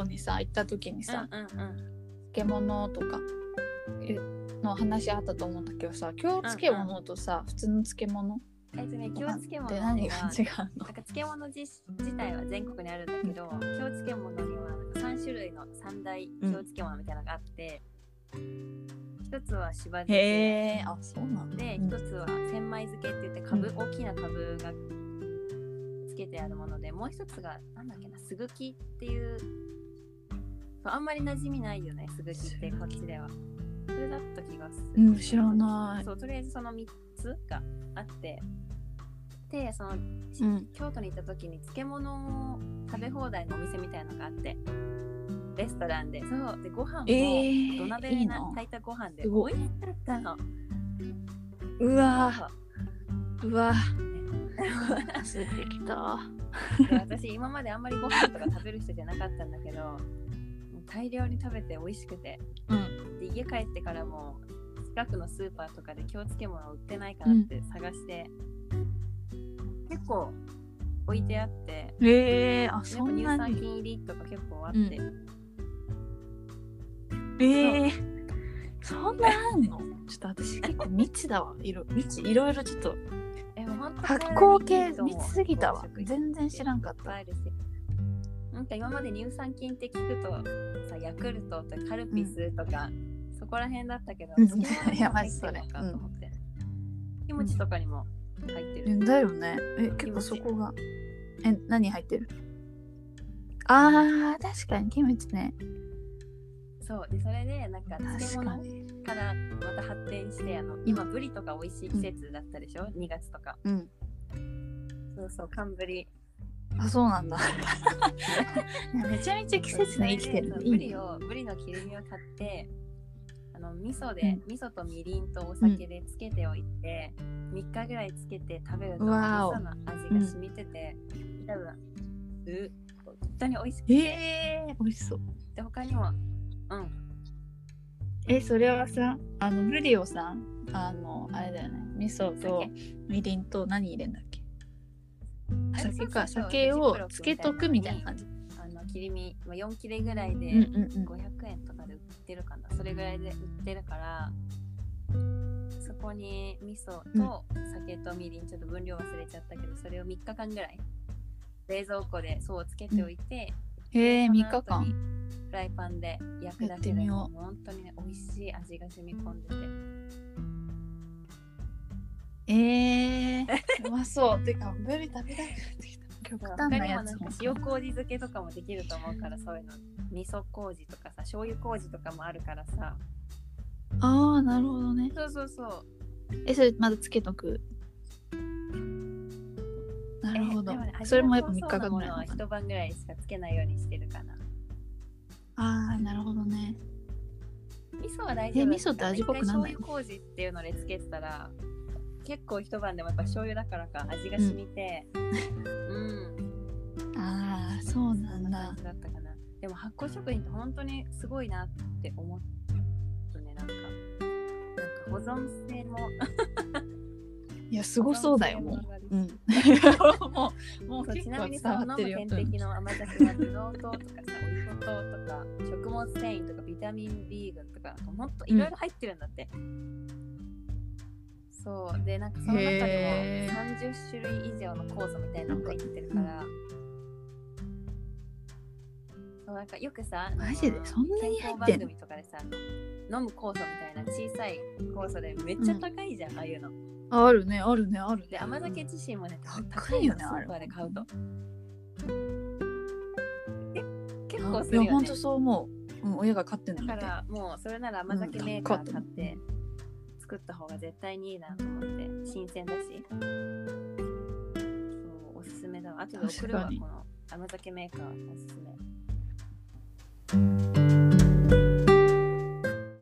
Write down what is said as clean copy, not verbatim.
にさ行った時にさ、漬物とかの話あったと思うんだけどさ、京漬物とさ、普通の漬物京漬物で何が違うの？ なんか漬物自体は全国にあるんだけど、京漬物には3種類の三大京漬物みたいなのがあって、一つはしば漬け、 あ、そうなんで、一つは千枚漬けって言って大きな株がつけてあるもので、もう一つがなんだっけな、すぐきっていう、あんまり馴染みないよね、すぐきってこっちでは。それだった気がする。 知らない。 そう、とりあえずその3つがあって、で、その、京都に行った時に漬物を食べ放題のお店みたいなのがあって、レストランで、そうでご飯も土鍋で炊いたご飯で美味しかったの。 うわすてきた。 私今まであんまりご飯とか食べる人じゃなかったんだけど、大量に食べて美味しくて、で家帰ってからも近くのスーパーとかで京漬物売ってないかなって探して、結構置いてあって、そんなに乳酸菌入りとか結構あって、 そんなあんの？ちょっと私結構未知だわ。いろいろちょっと発酵系未知すぎたわ。全然知らんかった。 なんか今まで乳酸菌って聞くとさ、ヤクルトとかカルピスとか、そこら辺だったけど、 いやマジそれ。 キムチとかにも入ってる。 だよね。結構そこが。何入ってる？確かにキムチね。 そうで、それでなんか漬物からまた発展して、今ブリとか美味しい季節だったでしょ、2月とか。そうそう、寒ブリ。 そうなんだ。めちゃめちゃ季節に生きてる。 ブリの切り身を買って、味噌とみりんとお酒でつけておいて、3日ぐらいつけて食べると味噌の味が染みてて、多分本当に美味しくて、 美味しそう。 で他にもそれはさ、ブリをさ、あれだよね、味噌とみりんと何入れんだっけ？酒をつけとくみたいな感じ。 切り身4切れぐらいで500円とかで売ってるかな、それぐらいで売ってるから、そこに味噌と酒とみりん、ちょっと分量忘れちゃったけど、それを3日間ぐらい冷蔵庫でつけておいて、 3日間フライパンで焼くだけで本当にね、美味しい味が染み込んでて、うまそう。てかブリ食べたいってきた。極端なやつも塩麹漬けとかもできると思うから、そういうの味噌麹とかさ、醤油麹とかもあるからさ。 なるほどね。 そうそれまだつけとく。なるほど。それもやっぱ3日間ぐらいは一晩ぐらいしかつけないようにしてるかな。 なるほどね。 味噌は大丈夫。 味噌って味濃くなんないの？ 醤油麹っていうのでつけてたら、結構一晩でもやっぱ醤油だからか味が染みて、 そうなんだ。 感じだったかな。でも発酵食品って本当にすごいなって思ったね。なんか保存性もいやすごそうだよもう。もうちなみにさ、飲む点滴の甘酒はブドウ糖とかさ、オリゴ糖とか食物繊維とかビタミン B 群とかもっといろいろ入ってるんだって。そうで、なんかその中でも30種類以上の酵素みたいなのが入ってるから、そうなんかよくさ、 マジでそんなに入ってんの？ 健康番組とかでさ、飲む酵素みたいな小さい酵素でめっちゃ高いじゃん、ああいうの。 あるね。 で、甘酒自身もね、 高いよね、 スーパーで買うと。結構するよね。 いや、ほんとそう思う。親が買ってんの。 だからもうそれなら甘酒メーカー買って作った方が絶対にいいなと思って、新鮮だし。そう、おすすめだわ。あとで送るわ、この甘酒メーカーおすすめ。